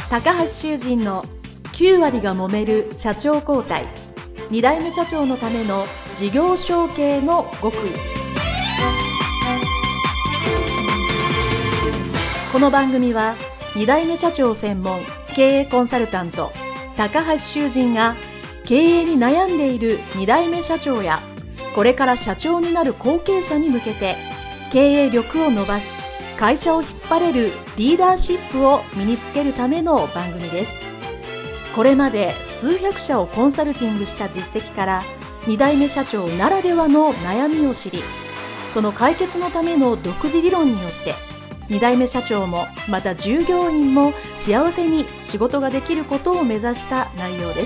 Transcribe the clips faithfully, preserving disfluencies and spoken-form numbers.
高橋修人のきゅう割が揉める社長交代、に代目社長のための事業承継の極意。この番組はに代目社長専門経営コンサルタント高橋修人が経営に悩んでいるに代目社長やこれから社長になる後継者に向けて経営力を伸ばし会社を引っ張れるリーダーシップを身につけるための番組です。これまで数百社をコンサルティングした実績からに代目社長ならではの悩みを知り、その解決のための独自理論によってに代目社長もまた従業員も幸せに仕事ができることを目指した内容です。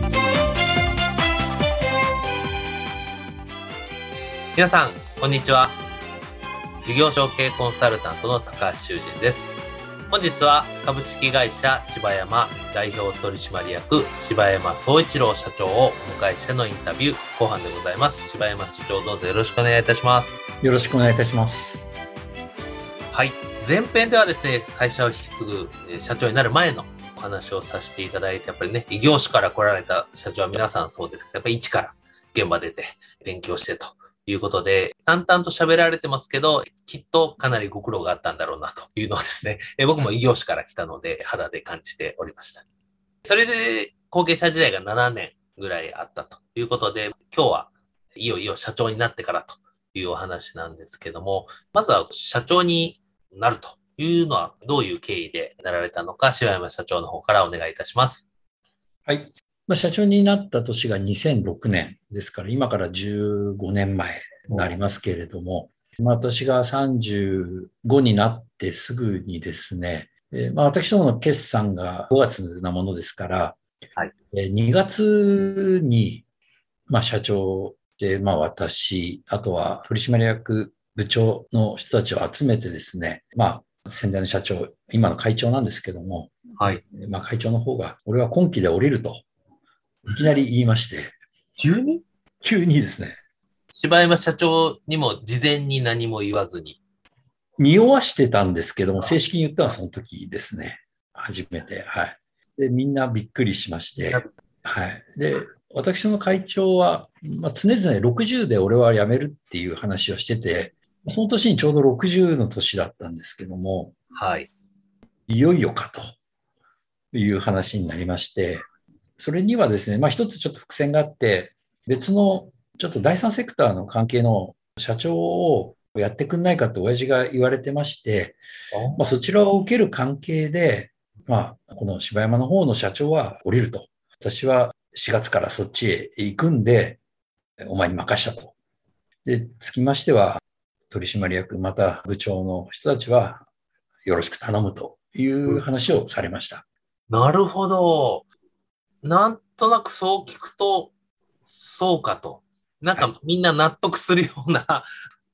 皆さんこんにちは。事業承継コンサルタントの高橋修人です。本日は株式会社柴山代表取締役柴山総一郎社長をお迎えしてのインタビュー後半でございます。柴山社長、どうぞよろしくお願いいたします。 よろしくお願いいたします。 はい、前編ではですね、会社を引き継ぐ社長になる前のお話をさせていただいて、やっぱりね、異業種から来られた社長は皆さんそうですけど、やっぱり一から現場出て勉強してということで、淡々と喋られてますけど、きっとかなりご苦労があったんだろうなというのはですね、え僕も異業種から来たので肌で感じておりました。それで後継者時代がななねんぐらいあったということで、今日はいよいよ社長になってからというお話なんですけども、まずは社長になるというのはどういう経緯でなられたのか、柴山社長の方からお願いいたします。 はい。まあ、社長になった年がにせんろくねんですから、今からじゅうごねんまえになりますけれども、まあ、私がさんじゅうごになってすぐにですね、えー、まあ私どもの決算がごがつなものですから、はい、えー、にがつに、まあ、社長で、まあ、私、あとは取締役部長の人たちを集めてですね、まあ、先代の社長、今の会長なんですけども、はい、まあ、会長の方が、俺は今期で降りると、いきなり言いまして。 急に急にですね。 柴山社長にも事前に何も言わずに。 匂わしてたんですけども、正式に言ったのはその時ですね。初めて。はい。で、みんなびっくりしまして。はい。で、私の会長は、まあ、常々ろくじゅうで俺は辞めるっていう話をしてて、その年にちょうどろくじゅうの年だったんですけども、 はい。 いよいよかという話になりまして、それにはですね、まあ一つちょっと伏線があって、別のちょっと第三セクターの関係の社長をやってくんないかって親父が言われてまして、まあそちらを受ける関係で、まあこの柴山の方の社長は降りると。私はしがつからそっちへ行くんで、お前に任したと。で、つきましては、取締役また部長の人たちはよろしく頼むという話をされました。 なるほど。なんとなくそう聞くと、そうかと。なんかみんな納得するような、はい、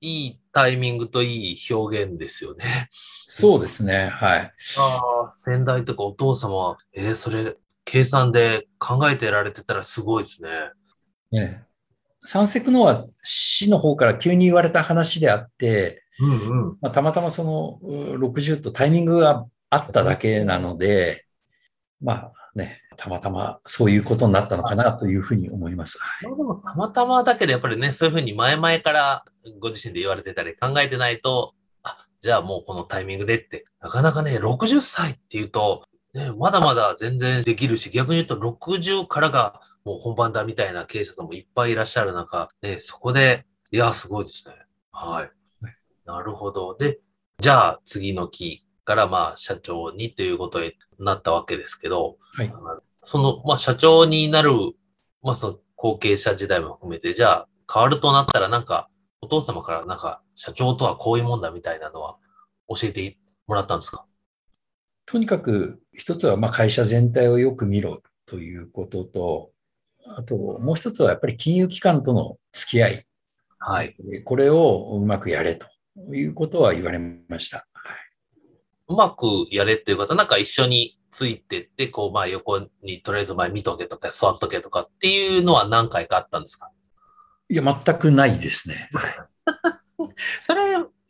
いいタイミングといい表現ですよね。 そうですね。はい。 ああ、先代とかお父様は、えー、それ、計算で考えてられてたらすごいですね。 ね。三セクのは市の方から急に言われた話であって、 うんうん、 まあ、たまたまそのろくじゅうとタイミングがあっただけなので、まあね、たまたまそういうことになったのかなというふうに思います。 はい、でもたまたまだけどやっぱりね、そういうふうに前々からご自身で言われてたり考えてないと、あ、じゃあもうこのタイミングでって、なかなかね、ろくじゅっさいっていうと、ね、まだまだ全然できるし、逆に言うとろくじゅうからがもう本番だみたいな経営者さんもいっぱいいらっしゃる中、ね、そこで、いや、すごいですね。はい。なるほど。で、じゃあ次の期からまあ社長にということになったわけですけど、はい、その、まあ社長になる、まあその後継者時代も含めて、じゃあ変わるとなったらなんかお父様からなんか社長とはこういうもんだみたいなのは教えてもらったんですか？ とにかく一つはまあ会社全体をよく見ろということと、あともう一つはやっぱり金融機関との付き合い。はい。これをうまくやれということは言われました。はい、 うまくやれっていう方、なんか一緒についてって、こう、まあ横にとりあえず前見とけとか座っとけとかっていうのは何回かあったんですか？ いや、全くないですね。 それ、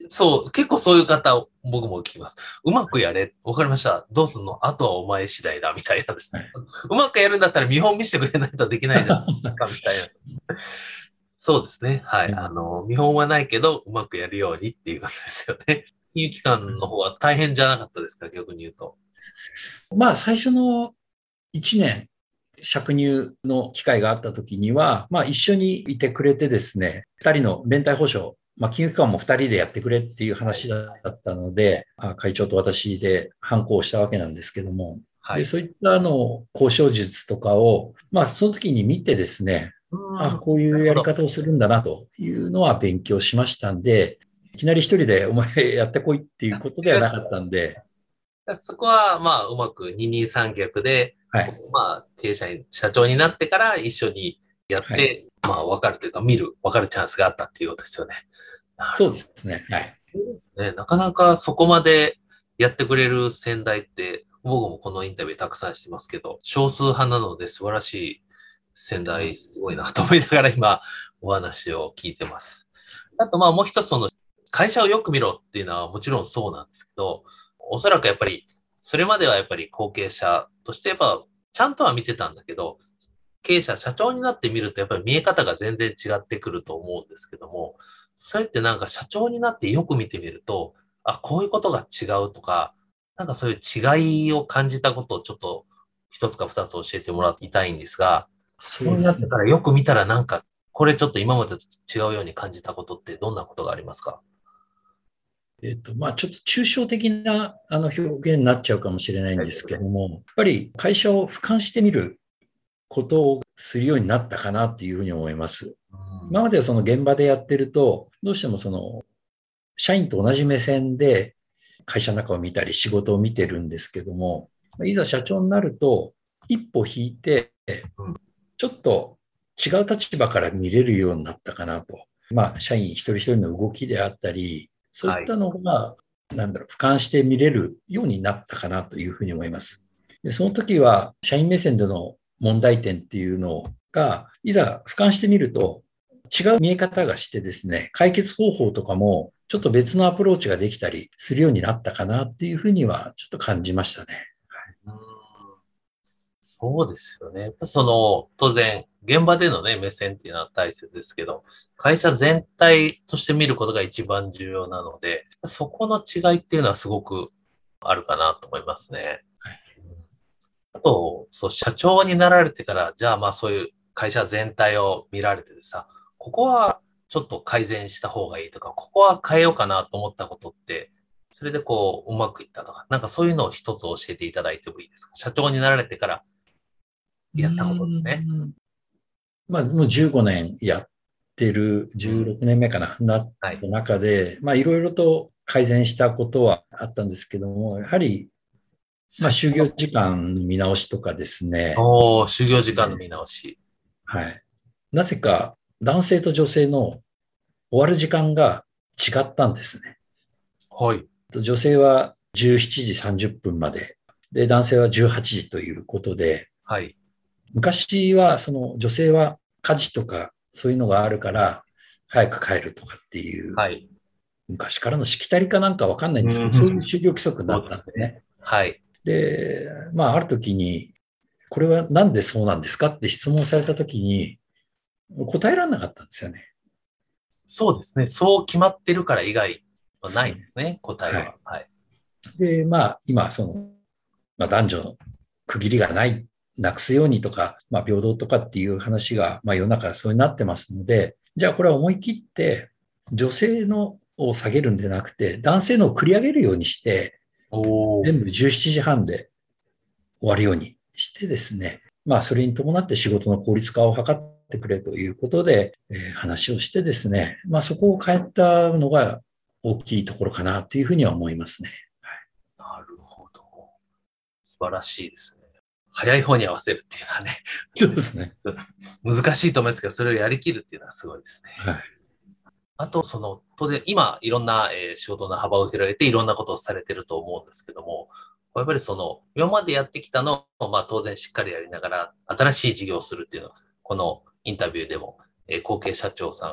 そう、結構そういう方、僕も聞きます。うまくやれ。わかりました。どうすんの？あとはお前次第だ、みたいなんですね。うまくやるんだったら見本見せてくれないとできないじゃんか、みたいな。そうですね。はい。あの、見本はないけど、うまくやるようにっていうことですよね。金融機関の方は大変じゃなかったですか、逆に言うと。 まあ、最初のいちねん、借入の機会があったときには、まあ、一緒にいてくれてですね、ふたりの連帯保証、まあ、金融機関もふたりでやってくれっていう話だったので、あ会長と私で反抗したわけなんですけども、 はい、 でそういったあの交渉術とかを、まあ、その時に見てですね、あこういうやり方をするんだなというのは勉強しましたんで、いきなり一人でお前やってこいっていうことではなかったんで、 そこは、まあ、うまく二人三脚で、 はい。 まあ、経営者に、社長になってから一緒にやって、はい、まあ、分かるというか、見る、分かるチャンスがあったっていうことですよね。 そうですね。はい。 そうですね。なかなかそこまでやってくれる先代って、僕もこのインタビューたくさんしてますけど、少数派なので素晴らしい先代、すごいなと思いながら今、お話を聞いてます。あと、まあ、もう一つ、その、会社をよく見ろっていうのはもちろんそうなんですけど、おそらくやっぱり、それまではやっぱり後継者としてやっぱ、ちゃんとは見てたんだけど、経営者、社長になってみるとやっぱり見え方が全然違ってくると思うんですけども、それってなんか社長になってよく見てみると、あ、こういうことが違うとか、なんかそういう違いを感じたことをちょっと一つか二つ教えてもらいたいんですが、そうなってからよく見たらなんか、これちょっと今までと違うように感じたことってどんなことがありますか？ えっと、まあ、ちょっと抽象的なあの表現になっちゃうかもしれないんですけども、やっぱり会社を俯瞰してみることをするようになったかなっていうふうに思います。今まではその現場でやってると、どうしてもその、社員と同じ目線で会社の中を見たり仕事を見てるんですけども、いざ社長になると、一歩引いて、ちょっと違う立場から見れるようになったかなと。まあ、社員一人一人の動きであったり、そういったのが、はい、なんだろう、俯瞰して見れるようになったかなというふうに思います。で、その時は、社員目線での問題点っていうのが、いざ俯瞰してみると、違う見え方がしてですね、解決方法とかも、ちょっと別のアプローチができたりするようになったかなっていうふうには、ちょっと感じましたね。 うん、そうですよね。その、当然、現場でのね、目線っていうのは大切ですけど、会社全体として見ることが一番重要なので、そこの違いっていうのはすごくあるかなと思いますね。はい、あと、そう、社長になられてから、じゃあまあそういう会社全体を見られてさ、ここはちょっと改善した方がいいとか、ここは変えようかなと思ったことって、それでこう、うまくいったとか、なんかそういうのを一つ教えていただいてもいいですか？社長になられてからやったことですね。 まあ、もうじゅうごねんやってる、じゅうろくねんめかな、うん、なった中で、はい、まあ、いろいろと改善したことはあったんですけども、やはり、まあ、就業時間の見直しとかですね。 おー、就業時間の見直し。 はい。なぜか、男性と女性の終わる時間が違ったんですね。 はい。 女性はじゅうしちじさんじゅっぷんまで、で、男性はじゅうはちじということで、 はい。 昔は、その女性は家事とかそういうのがあるから、早く帰るとかっていう、はい、昔からのしきたりかなんかわかんないんですけど、そういう就業規則になったんですね。 はい。 で、まあ、ある時に、これはなんでそうなんですかって質問された時に、答えられなかったんですよね。 そうですね。そう決まってるから以外はないですね、答えは。はい。はい、 で、まあ、今、その、まあ、男女の区切りがない、なくすようにとか、まあ、平等とかっていう話が、まあ、世の中そうになってますので、じゃあこれは思い切って、女性のを下げるんじゃなくて、男性のを繰り上げるようにして、全部じゅうしちじはんで終わるようにしてですね、まあ、それに伴って仕事の効率化を図ってくれということで、えー、話をしてですね、まあ、そこを変えたのが大きいところかなというふうには思いますね。 はい、なるほど。素晴らしいですね。早い方に合わせるっていうのはね。 そうですね。 難しいと思いますけど、それをやりきるっていうのはすごいですね。はい。あと、その、当然、今、いろんな、えー、仕事の幅を広げて、いろんなことをされてると思うんですけども、やっぱりその、今までやってきたのを、まあ、当然しっかりやりながら、新しい事業をするっていうのは、このインタビューでも、えー、後継社長さん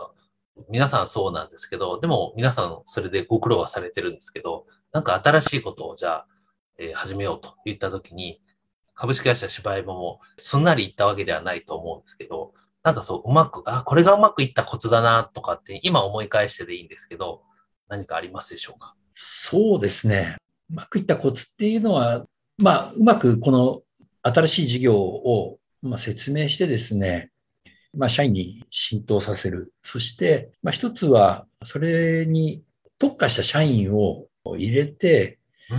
皆さんそうなんですけど、でも皆さんそれでご苦労はされてるんですけど、なんか新しいことをじゃあ、えー始めようと言ったときに、株式会社芝山もすんなりいったわけではないと思うんですけど、なんかそううまく、あ、これがうまくいったコツだなとかって今思い返してでいいんですけど、何かありますでしょうか？ そうですね。うまくいったコツっていうのは、まあ、うまくこの新しい事業を、まあ、説明してですね、まあ、社員に浸透させる。そして、まあ、一つは、それに特化した社員を入れて、 うん。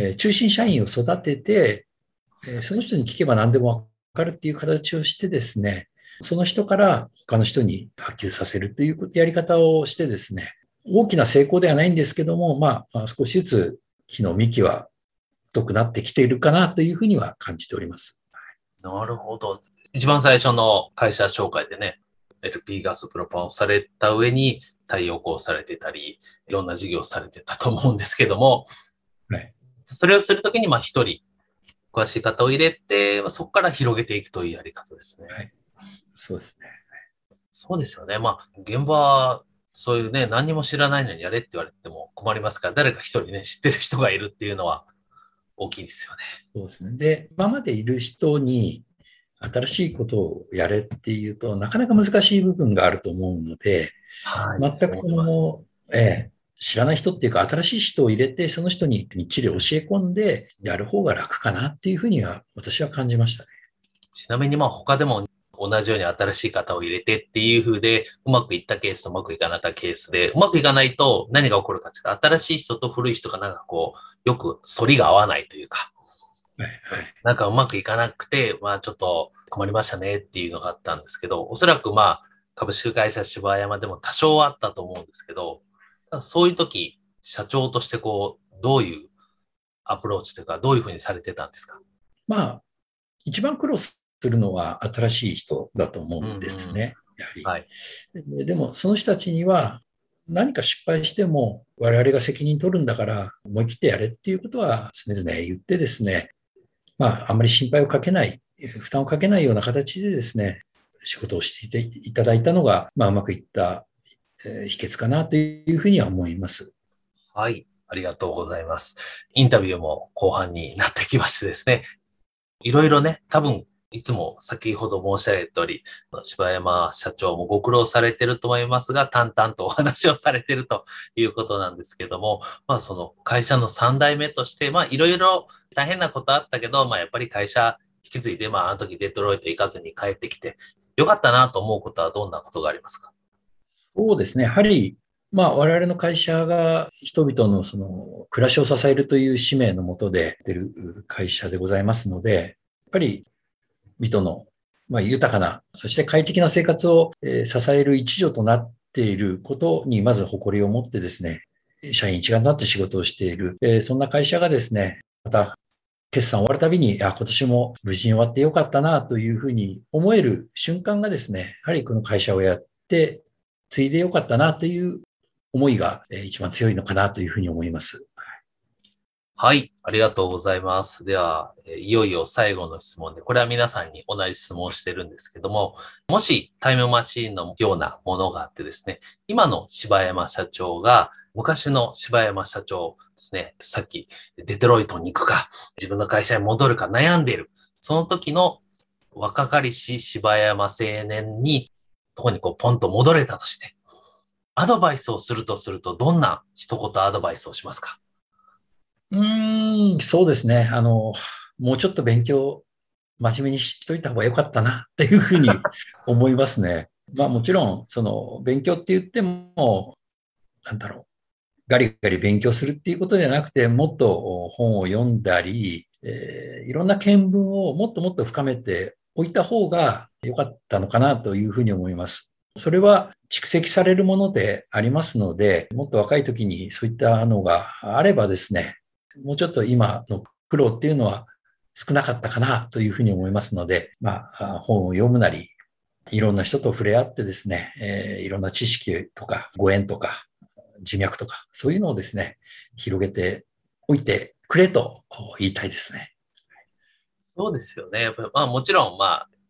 えー中心社員を育てて、えーその人に聞けば何でもわかるっていう形をしてですね、その人から他の人に波及させるというやり方をしてですね、大きな成功ではないんですけども、まあ、少しずつ木の幹は太くなってきているかなというふうには感じております。 なるほど。一番最初の会社紹介でね、エルピー ガスプロパンをされた上に太陽光をされてたり、いろんな事業をされてたと思うんですけども、 はい。 それをするときに、まあ一人、詳しい方を入れて、そこから広げていくというやり方ですね。 はい。そうですね。 そうですよね。まあ、現場は、そういうね、何にも知らないのにやれって言われても困りますから、誰か一人ね、知ってる人がいるっていうのは大きいですよね。 そうですね。で、今までいる人に新しいことをやれっていうと、なかなか難しい部分があると思うので、 はい、 全くそそう思います。 の、ええ、知らない人っていうか、新しい人を入れて、その人にみっちり教え込んでやる方が楽かなっていうふうには、私は感じましたね。 ちなみにまあ他でも同じように新しい方を入れてっていう風で、うまくいったケースとうまくいかなかったケースで、うまくいかないと何が起こるかっていうと、新しい人と古い人がなんかこう、よく反りが合わないというか、 はい、はい。 なんかうまくいかなくて、まあちょっと困りましたねっていうのがあったんですけど、おそらくまあ株式会社芝山でも多少あったと思うんですけど、そういう時、社長としてこう、どういうアプローチというか、どういうふうにされてたんですか？ まあ、一番苦労するのは新しい人だと思うんうんですうん。 ね。やはり。 はい。 ででも、その人たちには、何か失敗しても我々が責任取るんだから思い切ってやれっていうことは常々言ってですね、まあ、あんまり心配をかけない、負担をかけないような形でですね、仕事をしていただいたのが、まあ、うまくいった秘訣かなというふうには思います。 はい。ありがとうございます。インタビューも後半になってきましてですね。いろいろね、多分、いつも先ほど申し上げた通り、柴山社長もご苦労されてると思いますが、淡々とお話をされてるということなんですけども、まあその会社のさん代目として、まあいろいろ大変なことあったけど、まあやっぱり会社引き継いで、まああの時デトロイト行かずに帰ってきて、よかったなと思うことはどんなことがありますか？ そうですね。やはり、まあ、我々の会社が人々のその暮らしを支えるという使命のもとで出る会社でございますので、やっぱり人の、まあ、豊かな、そして快適な生活をえー支える一助となっていることにまず誇りを持ってですね、社員一丸となって仕事をしている、えーそんな会社がですね、また決算終わるたびに、あ、今年も無事に終わってよかったなというふうに思える瞬間がですね、やはりこの会社をやって継いでよかったなという思いがえー一番強いのかなというふうに思います。 はい、ありがとうございます。では、えーいよいよ最後の質問で、これは皆さんに同じ質問をしてるんですけども、もしタイムマシーンのようなものがあってですね、今の柴山社長が昔の柴山社長ですね、さっきデトロイトに行くか、自分の会社に戻るか悩んでいる。その時の若かりし柴山青年に、とこにこうポンと戻れたとして、アドバイスをするとすると、どんな一言アドバイスをしますか？ うーん、そうですね。あの、もうちょっと勉強真面目にしといた方が良かったなっていうふうに思いますね。まあもちろん、その勉強って言っても、なんだろう。ガリガリ勉強するっていうことではなくて、もっと本を読んだり、えーいろんな見聞をもっともっと深めておいた方が良かったのかなというふうに思います。それは蓄積されるものでありますので、もっと若い時にそういったのがあればですね、もうちょっと今の苦労っていうのは少なかったかなというふうに思いますので、まあ、本を読むなり、いろんな人と触れ合ってですね、えーいろんな知識とかご縁とか人脈とか、そういうのをですね、広げておいてくれと言いたいですね。 そうですよね。やっぱまあもちろん、まあ、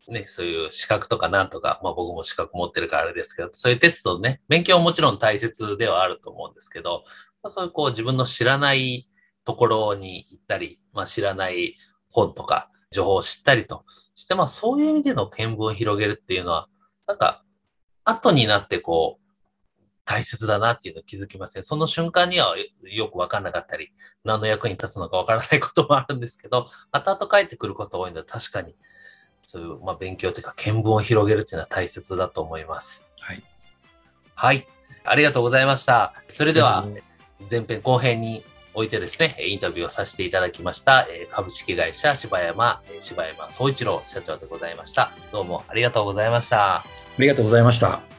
ね、そういう資格とかなんとか、まあ僕も資格持ってるからあれですけど、そういうテストね、勉強ももちろん大切ではあると思うんですけど、まあ、そういうこう自分の知らないところに行ったり、まあ知らない本とか情報を知ったりとして、まあそういう意味での見聞を広げるっていうのは、なんか後になってこう、大切だなっていうのを気づきません。その瞬間にはよくわかんなかったり、何の役に立つのかわからないこともあるんですけど、後々帰ってくることが多いので、確かにそういう、まあ、勉強というか見聞を広げるっていうのは大切だと思います。 はい。 はい。ありがとうございました。それでは、前編後編においてですね、インタビューをさせていただきました、株式会社柴山、柴山総一郎社長でございました。どうもありがとうございました。 ありがとうございました。